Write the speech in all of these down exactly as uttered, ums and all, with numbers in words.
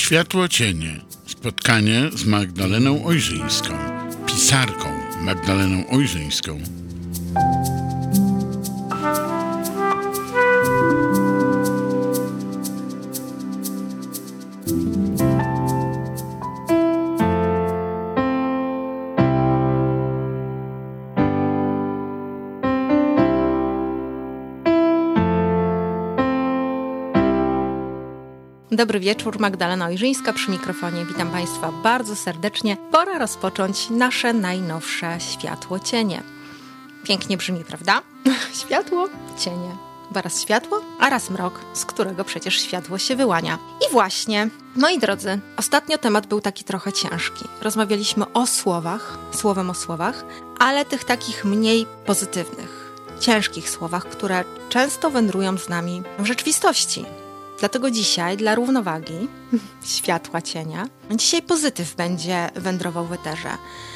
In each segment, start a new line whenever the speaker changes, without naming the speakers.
Światło-cienie. Spotkanie z Magdaleną Ojrzyńską, pisarką Magdaleną Ojrzyńską.
Dobry wieczór, Magdalena Ojrzyńska przy mikrofonie. Witam Państwa bardzo serdecznie. Pora rozpocząć nasze najnowsze Światło-cienie. Pięknie brzmi, prawda? Światło, cienie. Bo raz światło, a raz mrok, z którego przecież światło się wyłania. I właśnie, moi drodzy, ostatnio temat był taki trochę ciężki. Rozmawialiśmy o słowach, słowem o słowach, ale tych takich mniej pozytywnych, ciężkich słowach, które często wędrują z nami w rzeczywistości. Dlatego dzisiaj dla równowagi, światła cienia, dzisiaj pozytyw będzie wędrował w eterze.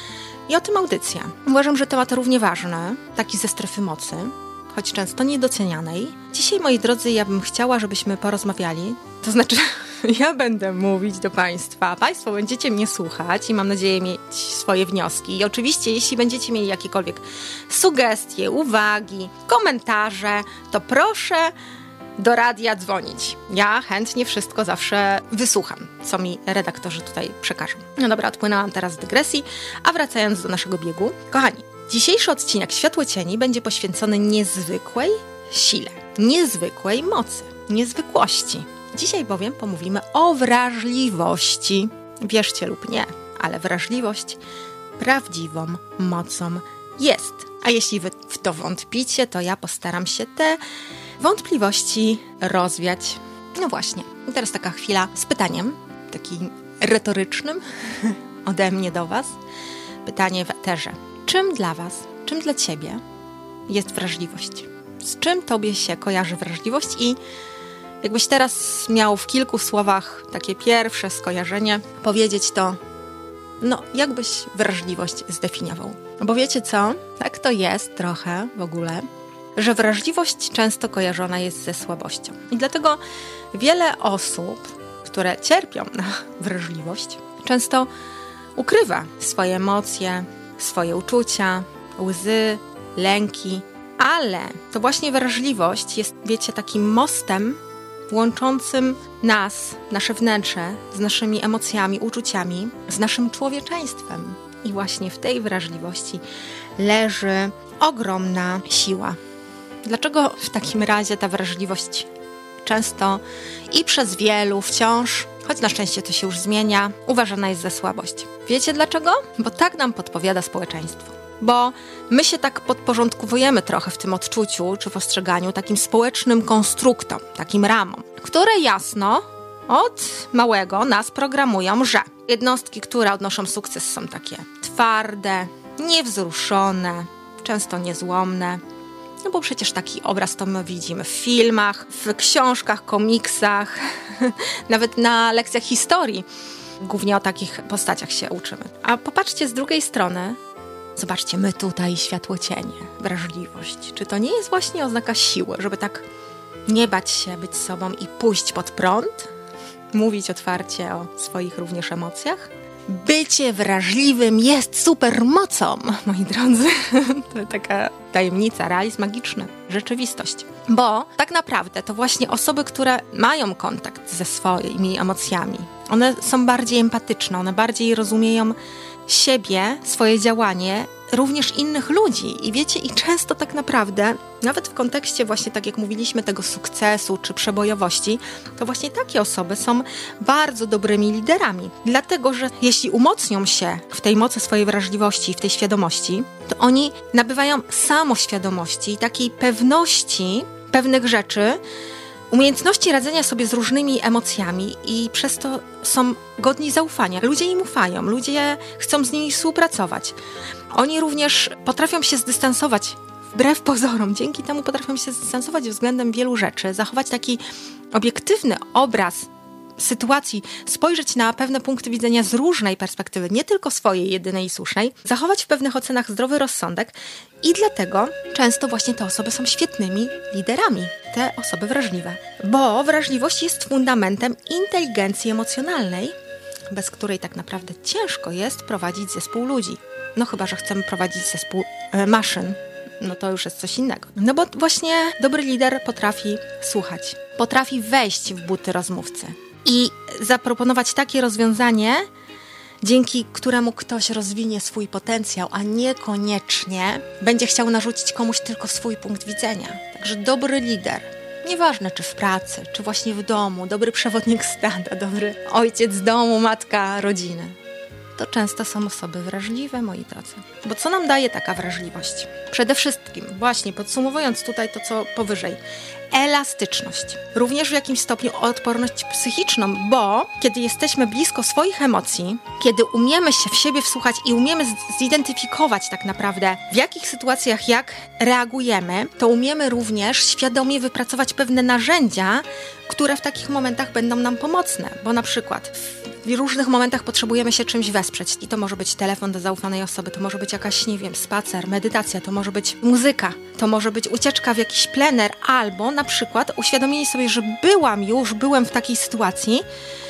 I o tym audycja. Uważam, że temat równie ważny, taki ze strefy mocy, choć często niedocenianej. Dzisiaj, moi drodzy, ja bym chciała, żebyśmy porozmawiali, to znaczy ja będę mówić do Państwa, Państwo będziecie mnie słuchać i mam nadzieję mieć swoje wnioski. I oczywiście, jeśli będziecie mieli jakiekolwiek sugestie, uwagi, komentarze, to proszę do radia dzwonić. Ja chętnie wszystko zawsze wysłucham, co mi redaktorzy tutaj przekażą. No dobra, odpłynęłam teraz z dygresji, a wracając do naszego biegu. Kochani, dzisiejszy odcinek Światło-cieni będzie poświęcony niezwykłej sile, niezwykłej mocy, niezwykłości. Dzisiaj bowiem pomówimy o wrażliwości. Wierzcie lub nie, ale wrażliwość prawdziwą mocą jest. A jeśli wy w to wątpicie, to ja postaram się te wątpliwości rozwiać. No właśnie, i teraz taka chwila z pytaniem, takim retorycznym ode mnie do Was. Pytanie w eterze. Czym dla Was, czym dla Ciebie jest wrażliwość? Z czym Tobie się kojarzy wrażliwość? I jakbyś teraz miał w kilku słowach takie pierwsze skojarzenie powiedzieć, to no, jak byś wrażliwość zdefiniował? Bo wiecie co? Tak to jest trochę w ogóle, że wrażliwość często kojarzona jest ze słabością. I dlatego wiele osób, które cierpią na wrażliwość, często ukrywa swoje emocje, swoje uczucia, łzy, lęki, ale to właśnie wrażliwość jest, wiecie, takim mostem łączącym nas, nasze wnętrze, z naszymi emocjami, uczuciami, z naszym człowieczeństwem. I właśnie w tej wrażliwości leży ogromna siła. Dlaczego w takim razie ta wrażliwość często i przez wielu wciąż, choć na szczęście to się już zmienia, uważana jest za słabość? Wiecie dlaczego? Bo tak nam podpowiada społeczeństwo. Bo my się tak podporządkowujemy trochę w tym odczuciu czy w ostrzeganiu takim społecznym konstruktom, takim ramom, które jasno od małego nas programują, że jednostki, które odnoszą sukces, są takie twarde, niewzruszone, często niezłomne. No bo przecież taki obraz to my widzimy w filmach, w książkach, komiksach, nawet na lekcjach historii. Głównie o takich postaciach się uczymy. A popatrzcie z drugiej strony, zobaczcie, my tutaj światło-cienie, wrażliwość. Czy to nie jest właśnie oznaka siły, żeby tak nie bać się być sobą i pójść pod prąd? Mówić otwarcie o swoich również emocjach? Bycie wrażliwym jest supermocą, moi drodzy. To taka tajemnica, realizm magiczny, rzeczywistość. Bo tak naprawdę to właśnie osoby, które mają kontakt ze swoimi emocjami, one są bardziej empatyczne, one bardziej rozumieją siebie, swoje działanie, również innych ludzi. I wiecie, i często tak naprawdę, nawet w kontekście właśnie, tak jak mówiliśmy, tego sukcesu czy przebojowości, to właśnie takie osoby są bardzo dobrymi liderami. Dlatego, że jeśli umocnią się w tej mocy swojej wrażliwości, w tej świadomości, to oni nabywają samoświadomości i takiej pewności pewnych rzeczy, umiejętności radzenia sobie z różnymi emocjami i przez to są godni zaufania. Ludzie im ufają, ludzie chcą z nimi współpracować. Oni również potrafią się zdystansować wbrew pozorom. Dzięki temu potrafią się zdystansować względem wielu rzeczy, zachować taki obiektywny obraz sytuacji spojrzeć na pewne punkty widzenia z różnej perspektywy, nie tylko swojej, jedynej i słusznej, zachować w pewnych ocenach zdrowy rozsądek i dlatego często właśnie te osoby są świetnymi liderami, te osoby wrażliwe. Bo wrażliwość jest fundamentem inteligencji emocjonalnej, bez której tak naprawdę ciężko jest prowadzić zespół ludzi. No chyba że chcemy prowadzić zespół e, maszyn, no to już jest coś innego. No bo właśnie dobry lider potrafi słuchać, potrafi wejść w buty rozmówcy i zaproponować takie rozwiązanie, dzięki któremu ktoś rozwinie swój potencjał, a niekoniecznie będzie chciał narzucić komuś tylko swój punkt widzenia. Także dobry lider, nieważne czy w pracy, czy właśnie w domu, dobry przewodnik stada, dobry ojciec domu, matka rodziny, to często są osoby wrażliwe, moi drodzy. Bo co nam daje taka wrażliwość? Przede wszystkim, właśnie podsumowując tutaj to, co powyżej, elastyczność. Również w jakimś stopniu odporność psychiczną, bo kiedy jesteśmy blisko swoich emocji, kiedy umiemy się w siebie wsłuchać i umiemy zidentyfikować tak naprawdę, w jakich sytuacjach jak reagujemy, to umiemy również świadomie wypracować pewne narzędzia, które w takich momentach będą nam pomocne. Bo na przykład w różnych momentach potrzebujemy się czymś wesprzeć i to może być telefon do zaufanej osoby, to może być jakaś, nie wiem, spacer, medytacja, to może być muzyka, to może być ucieczka w jakiś plener albo na przykład uświadomienie sobie, że byłam już, byłem w takiej sytuacji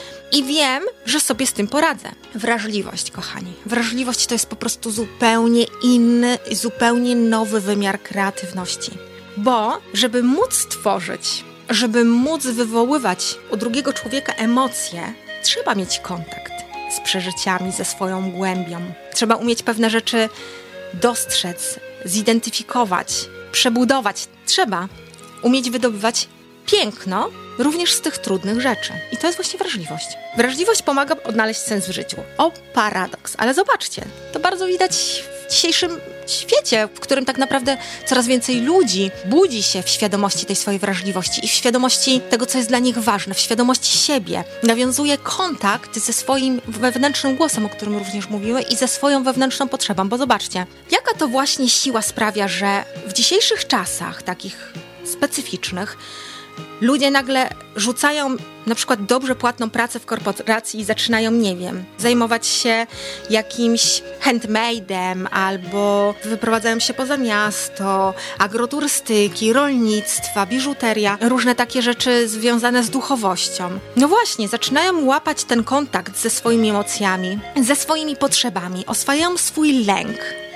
i wiem, że sobie z tym poradzę. Wrażliwość, kochani. Wrażliwość to jest po prostu zupełnie inny, zupełnie nowy wymiar kreatywności. Bo żeby móc tworzyć, żeby móc wywoływać u drugiego człowieka emocje, trzeba mieć kontakt z przeżyciami, ze swoją głębią. Trzeba umieć pewne rzeczy dostrzec, zidentyfikować, przebudować. Trzeba umieć wydobywać piękno również z tych trudnych rzeczy. I to jest właśnie wrażliwość. Wrażliwość pomaga odnaleźć sens w życiu. O, paradoks. Ale zobaczcie, to bardzo widać w dzisiejszym świecie, w którym tak naprawdę coraz więcej ludzi budzi się w świadomości tej swojej wrażliwości i w świadomości tego, co jest dla nich ważne, w świadomości siebie. Nawiązuje kontakt ze swoim wewnętrznym głosem, o którym również mówiły, i ze swoją wewnętrzną potrzebą. Bo zobaczcie, jaka to właśnie siła sprawia, że w dzisiejszych czasach, takich specyficznych, ludzie nagle rzucają na przykład dobrze płatną pracę w korporacji i zaczynają, nie wiem, zajmować się jakimś handmade'em albo wyprowadzają się poza miasto, agroturystyki, rolnictwa, biżuteria, różne takie rzeczy związane z duchowością. No właśnie, zaczynają łapać ten kontakt ze swoimi emocjami, ze swoimi potrzebami, oswajają swój lęk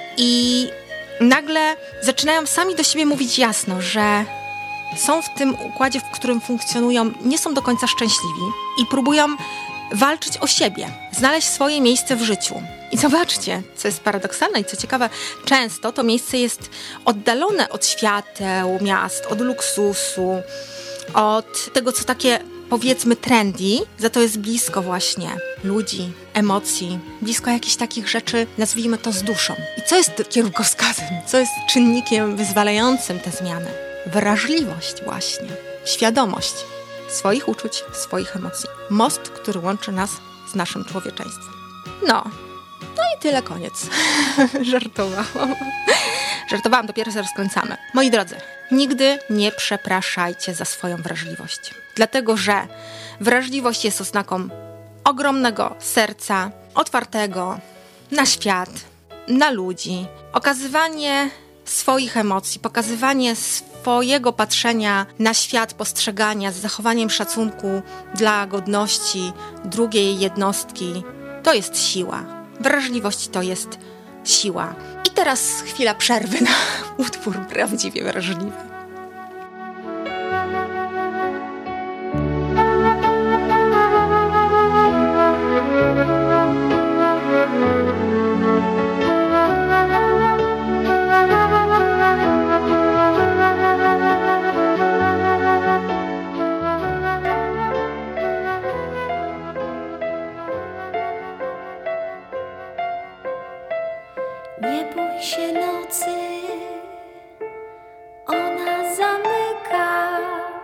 i nagle zaczynają sami do siebie mówić jasno, że są w tym układzie, w którym funkcjonują, nie są do końca szczęśliwi i próbują walczyć o siebie, znaleźć swoje miejsce w życiu. I zobaczcie, co jest paradoksalne i co ciekawe, często to miejsce jest oddalone od świateł, miast, od luksusu, od tego, co takie, powiedzmy, trendy, za to jest blisko właśnie ludzi, emocji, blisko jakichś takich rzeczy, nazwijmy to, z duszą. I co jest kierunkowskazem? Co jest czynnikiem wyzwalającym te zmiany? Wrażliwość właśnie, świadomość swoich uczuć, swoich emocji. Most, który łączy nas z naszym człowieczeństwem. No, no i tyle, koniec. Żartowałam. Żartowałam, dopiero się rozkręcamy. Moi drodzy, nigdy nie przepraszajcie za swoją wrażliwość. Dlatego, że wrażliwość jest oznaką ogromnego serca, otwartego na świat, na ludzi. Okazywanie swoich emocji, pokazywanie swojego patrzenia na świat, postrzegania z zachowaniem szacunku dla godności drugiej jednostki, to jest siła. Wrażliwość to jest siła. I teraz chwila przerwy na utwór prawdziwie wrażliwy.
Nie bój się nocy, ona zamyka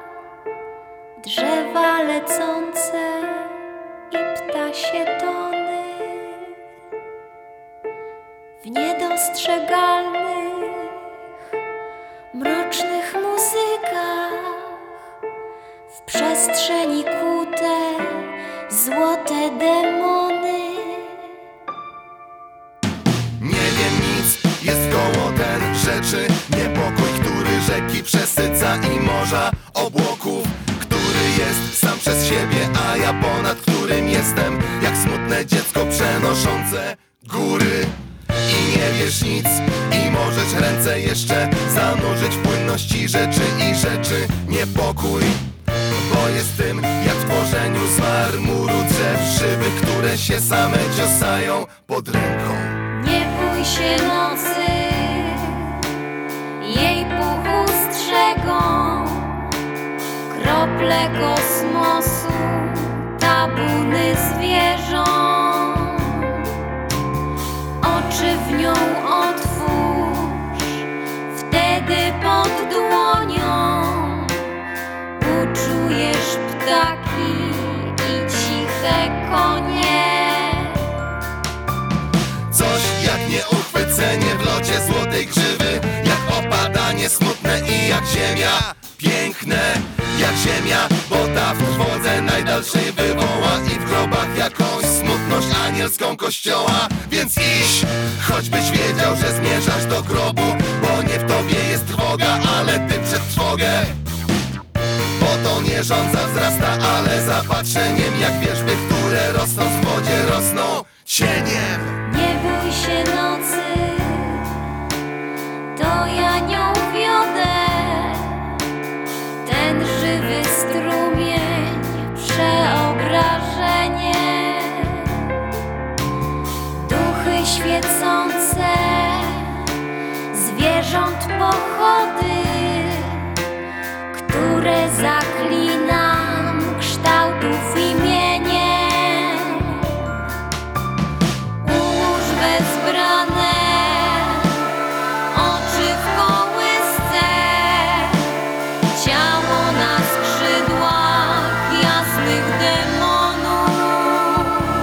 drzewa lecące i ptasie tony w niedostrzegalnych, mrocznych muzykach, w przestrzeni kute złote demony.
Nie wiem nic, jest koło ten rzeczy. Niepokój, który rzeki przesyca i morza obłoków, który jest sam przez siebie, a ja ponad którym jestem, jak smutne dziecko przenoszące góry. I nie wiesz nic i możesz ręce jeszcze zanurzyć w płynności rzeczy i rzeczy. Niepokój, bo jest tym jak w tworzeniu z marmuru drzew żywych, które się same ciosają pod ręką.
Nie bój się nocy, jej puchu strzegą, krople kosmosu, tabuny zwierząt. Oczy w nią otwórz, wtedy pod dłonią uczujesz ptaki i ciche konie.
Coś jak nieuchwycenie w locie złotej grzywy, jak opadanie smutne i jak ziemia piękne, jak ziemia, bo ta w trwodze najdalszej wywoła i w grobach jakąś smutność anielską kościoła. Więc idź, choćbyś wiedział, że zmierzasz do grobu, bo nie w tobie jest trwoga, ale ty przed trwogę. Bo to nie żądza wzrasta, ale zapatrzeniem, jak wierzby, które rosną w wodzie, rosną cieniem.
Nie bój się nocy, to ja nią wiodę. Ten żywy strumień, przeobrażenie. Duchy świecące, zwierząt pochody, które zaklinam kształtów imienie. Ułóż wezbrane oczy w kołysce, ciało na skrzydłach jasnych demonów.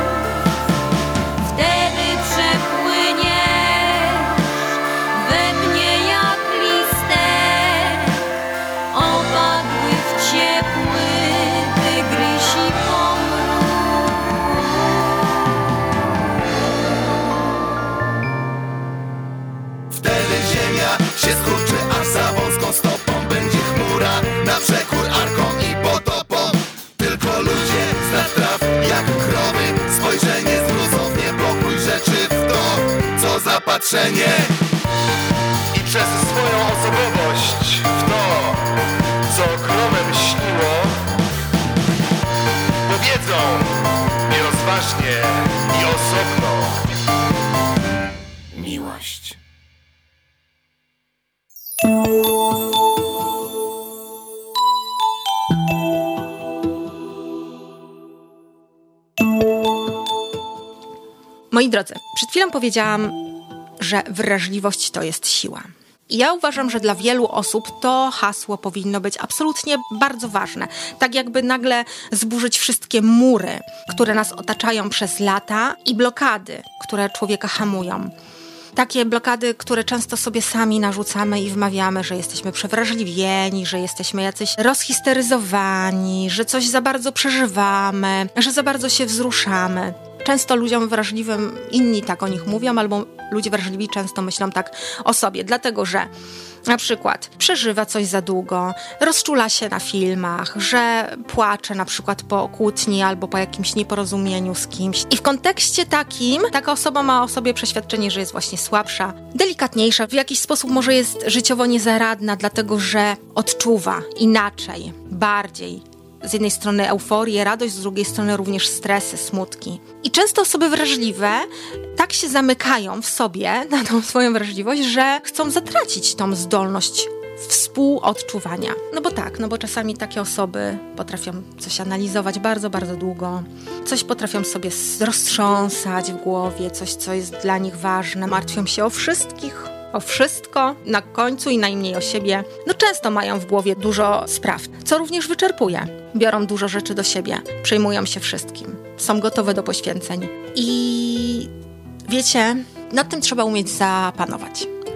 Wtedy przepłyniesz we mnie jak listek, opadły w ciepły tygrysi pomruk.
Wtedy ziemia się skurczy, aż za wąską stopą będzie chmura, na przekór arkom i potopom. Tylko ludzie z nad traw jak krowy, spojrzenie zmruzą w niepokój rzeczy w to, co zapatrzenie. I przez swoją osobowość w to, co krowem śniło, powiedzą nierozważnie i osobno miłość.
Moi drodzy, przed chwilą powiedziałam, że wrażliwość to jest siła. I ja uważam, że dla wielu osób to hasło powinno być absolutnie bardzo ważne. Tak jakby nagle zburzyć wszystkie mury, które nas otaczają przez lata i blokady, które człowieka hamują. Takie blokady, które często sobie sami narzucamy i wmawiamy, że jesteśmy przewrażliwieni, że jesteśmy jacyś rozhisteryzowani, że coś za bardzo przeżywamy, że za bardzo się wzruszamy. Często ludziom wrażliwym inni tak o nich mówią, albo ludzie wrażliwi często myślą tak o sobie, dlatego że na przykład przeżywa coś za długo, rozczula się na filmach, że płacze na przykład po kłótni albo po jakimś nieporozumieniu z kimś. I w kontekście takim taka osoba ma o sobie przeświadczenie, że jest właśnie słabsza, delikatniejsza, w jakiś sposób może jest życiowo niezaradna, dlatego że odczuwa inaczej, bardziej. Z jednej strony euforię, radość, z drugiej strony również stresy, smutki. I często osoby wrażliwe tak się zamykają w sobie na tą swoją wrażliwość, że chcą zatracić tą zdolność współodczuwania. No bo tak, no bo czasami takie osoby potrafią coś analizować bardzo, bardzo długo. Coś potrafią sobie roztrząsać w głowie, coś, co jest dla nich ważne. Martwią się o wszystkich, o wszystko, na końcu i najmniej o siebie. No często mają w głowie dużo spraw, co również wyczerpuje. Biorą dużo rzeczy do siebie, przejmują się wszystkim, są gotowe do poświęceń. I wiecie, nad tym trzeba umieć zapanować.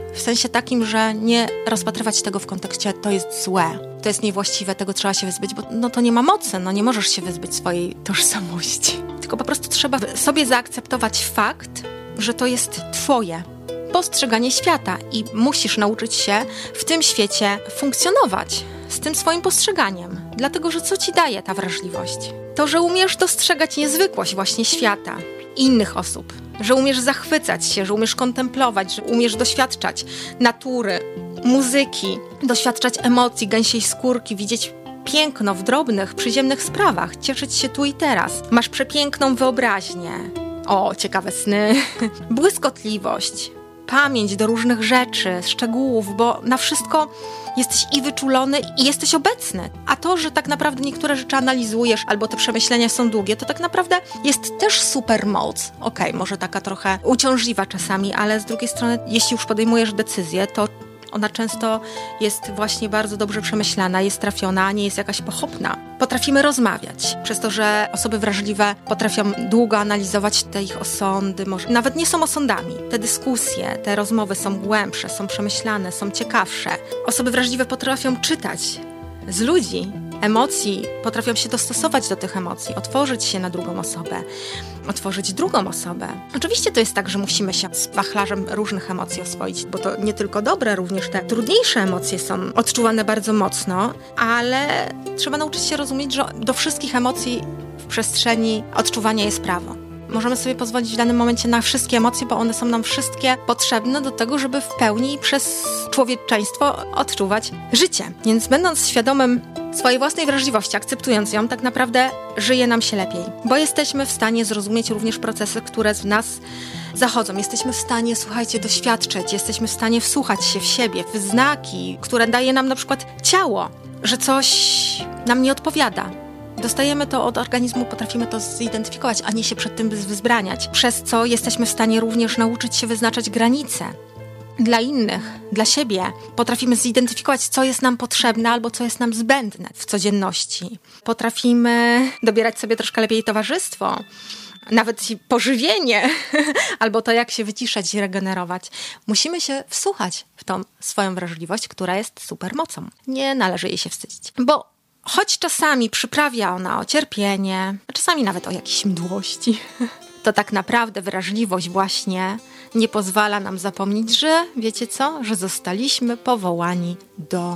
W sensie takim, że nie rozpatrywać tego w kontekście to jest złe, to jest niewłaściwe, tego trzeba się wyzbyć, bo no to nie ma mocy, no nie możesz się wyzbyć swojej tożsamości. Tylko po prostu trzeba sobie zaakceptować fakt, że to jest twoje postrzeganie świata i musisz nauczyć się w tym świecie funkcjonować z tym swoim postrzeganiem. Dlatego, że co ci daje ta wrażliwość? To, że umiesz dostrzegać niezwykłość właśnie świata, innych osób, że umiesz zachwycać się, że umiesz kontemplować, że umiesz doświadczać natury, muzyki, doświadczać emocji, gęsiej skórki, widzieć piękno w drobnych, przyziemnych sprawach, cieszyć się tu i teraz. Masz przepiękną wyobraźnię. O, ciekawe sny. Błyskotliwość, pamięć do różnych rzeczy, szczegółów, bo na wszystko jesteś i wyczulony, i jesteś obecny. A to, że tak naprawdę niektóre rzeczy analizujesz, albo te przemyślenia są długie, to tak naprawdę jest też super moc. Okej, okay, może taka trochę uciążliwa czasami, ale z drugiej strony, jeśli już podejmujesz decyzję, to ona często jest właśnie bardzo dobrze przemyślana, jest trafiona, a nie jest jakaś pochopna. Potrafimy rozmawiać, przez to, że osoby wrażliwe potrafią długo analizować te ich osądy, może nawet nie są osądami. Te dyskusje, te rozmowy są głębsze, są przemyślane, są ciekawsze. Osoby wrażliwe potrafią czytać z ludzi emocji, potrafią się dostosować do tych emocji, otworzyć się na drugą osobę, otworzyć drugą osobę. Oczywiście to jest tak, że musimy się z wachlarzem różnych emocji oswoić, bo to nie tylko dobre, również te trudniejsze emocje są odczuwane bardzo mocno, ale trzeba nauczyć się rozumieć, że do wszystkich emocji w przestrzeni odczuwania jest prawo. Możemy sobie pozwolić w danym momencie na wszystkie emocje, bo one są nam wszystkie potrzebne do tego, żeby w pełni przez człowieczeństwo odczuwać życie. Więc będąc świadomym swojej własnej wrażliwości, akceptując ją, tak naprawdę żyje nam się lepiej. Bo jesteśmy w stanie zrozumieć również procesy, które w nas zachodzą. Jesteśmy w stanie, słuchajcie, doświadczyć, jesteśmy w stanie wsłuchać się w siebie, w znaki, które daje nam na przykład ciało, że coś nam nie odpowiada. Dostajemy to od organizmu, potrafimy to zidentyfikować, a nie się przed tym wzbraniać. Przez co jesteśmy w stanie również nauczyć się wyznaczać granice dla innych, dla siebie. Potrafimy zidentyfikować, co jest nam potrzebne albo co jest nam zbędne w codzienności. Potrafimy dobierać sobie troszkę lepiej towarzystwo, nawet pożywienie, albo to, jak się wyciszać i regenerować. Musimy się wsłuchać w tą swoją wrażliwość, która jest supermocą. Nie należy jej się wstydzić, bo choć czasami przyprawia ona o cierpienie, a czasami nawet o jakieś mdłości, to tak naprawdę wrażliwość właśnie nie pozwala nam zapomnieć, że, wiecie co, że zostaliśmy powołani do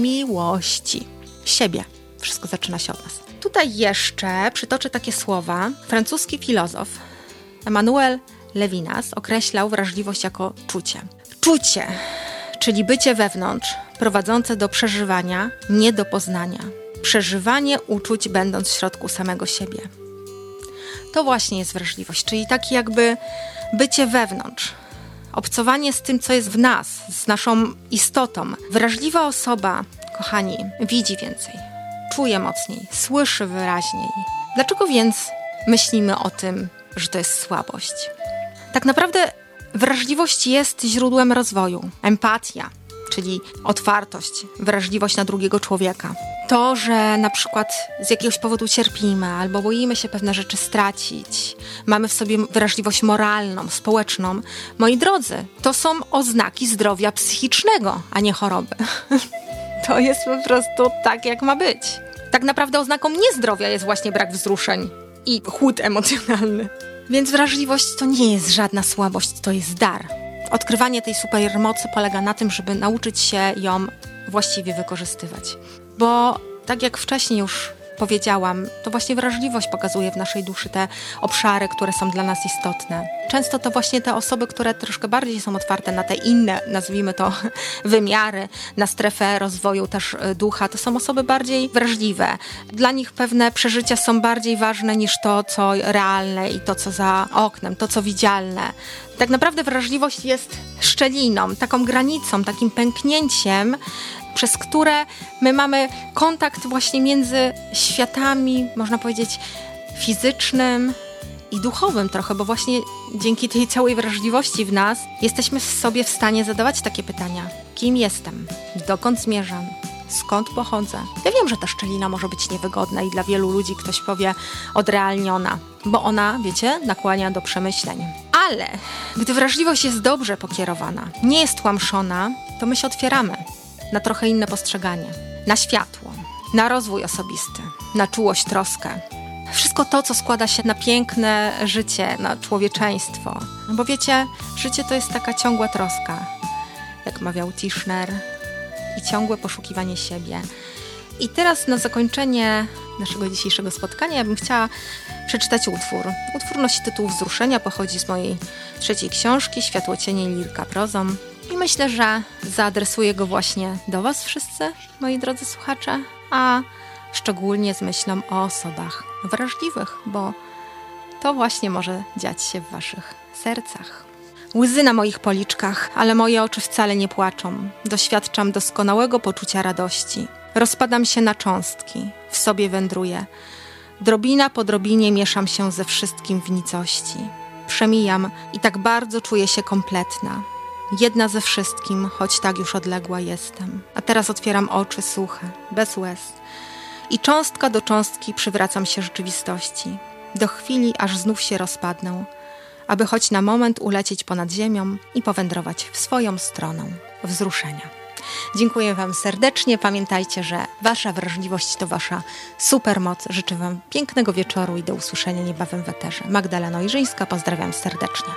miłości. Siebie. Wszystko zaczyna się od nas. Tutaj jeszcze przytoczę takie słowa. Francuski filozof Emmanuel Levinas określał wrażliwość jako czucie. Czucie, czyli bycie wewnątrz, prowadzące do przeżywania, nie do poznania. Przeżywanie uczuć, będąc w środku samego siebie. To właśnie jest wrażliwość, czyli takie jakby bycie wewnątrz. Obcowanie z tym, co jest w nas, z naszą istotą. Wrażliwa osoba, kochani, widzi więcej, czuje mocniej, słyszy wyraźniej. Dlaczego więc myślimy o tym, że to jest słabość? Tak naprawdę wrażliwość jest źródłem rozwoju. Empatia, czyli otwartość, wrażliwość na drugiego człowieka. To, że na przykład z jakiegoś powodu cierpimy albo boimy się pewne rzeczy stracić, mamy w sobie wrażliwość moralną, społeczną. Moi drodzy, to są oznaki zdrowia psychicznego, a nie choroby. To jest po prostu tak, jak ma być. Tak naprawdę oznaką niezdrowia jest właśnie brak wzruszeń i chłód emocjonalny. Więc wrażliwość to nie jest żadna słabość, to jest dar. Odkrywanie tej supermocy polega na tym, żeby nauczyć się ją właściwie wykorzystywać. Bo tak jak wcześniej już powiedziałam, to właśnie wrażliwość pokazuje w naszej duszy te obszary, które są dla nas istotne. Często to właśnie te osoby, które troszkę bardziej są otwarte na te inne, nazwijmy to, wymiary, na strefę rozwoju też ducha, to są osoby bardziej wrażliwe. Dla nich pewne przeżycia są bardziej ważne niż to, co realne i to, co za oknem, to, co widzialne. Tak naprawdę wrażliwość jest szczeliną, taką granicą, takim pęknięciem, przez które my mamy kontakt właśnie między światami, można powiedzieć, fizycznym i duchowym trochę, bo właśnie dzięki tej całej wrażliwości w nas jesteśmy sobie w stanie zadawać takie pytania. Kim jestem? Dokąd zmierzam? Skąd pochodzę? Ja wiem, że ta szczelina może być niewygodna i dla wielu ludzi ktoś powie odrealniona, bo ona, wiecie, nakłania do przemyśleń. Ale gdy wrażliwość jest dobrze pokierowana, nie jest tłamszona, to my się otwieramy na trochę inne postrzeganie, na światło, na rozwój osobisty, na czułość, troskę. Wszystko to, co składa się na piękne życie, na człowieczeństwo. No bo wiecie, życie to jest taka ciągła troska, jak mawiał Tischner, i ciągłe poszukiwanie siebie. I teraz na zakończenie naszego dzisiejszego spotkania ja bym chciała przeczytać utwór. Utwór nosi tytuł Wzruszenia, pochodzi z mojej trzeciej książki Światło, cienie i lirka prozą. I myślę, że zaadresuję go właśnie do was wszyscy, moi drodzy słuchacze, a szczególnie z myślą o osobach wrażliwych, bo to właśnie może dziać się w waszych sercach. Łzy na moich policzkach, ale moje oczy wcale nie płaczą. Doświadczam doskonałego poczucia radości. Rozpadam się na cząstki, w sobie wędruję. Drobina po drobinie mieszam się ze wszystkim w nicości. Przemijam i tak bardzo czuję się kompletna. Jedna ze wszystkim, choć tak już odległa jestem. A teraz otwieram oczy suche, bez łez. I cząstka do cząstki przywracam się rzeczywistości. Do chwili, aż znów się rozpadnę, aby choć na moment ulecieć ponad ziemią i powędrować w swoją stronę wzruszenia. Dziękuję wam serdecznie. Pamiętajcie, że wasza wrażliwość to wasza supermoc. Życzę wam pięknego wieczoru i do usłyszenia niebawem w eterze. Magdalena Ojrzyńska, pozdrawiam serdecznie.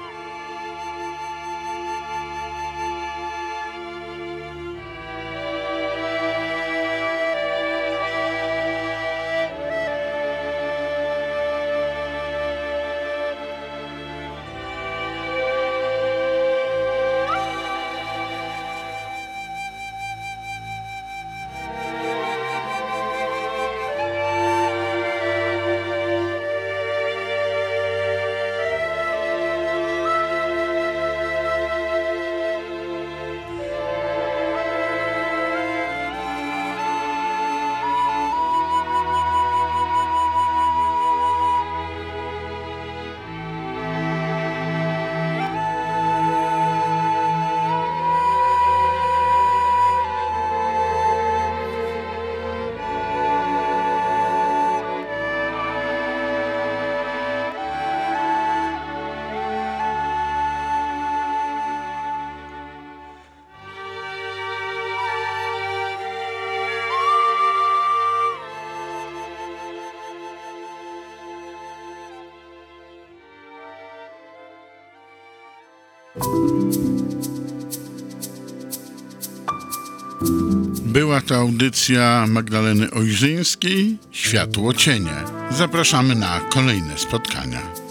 Była to audycja Magdaleny Ojrzyńskiej Światło, cienie. Zapraszamy na kolejne spotkania.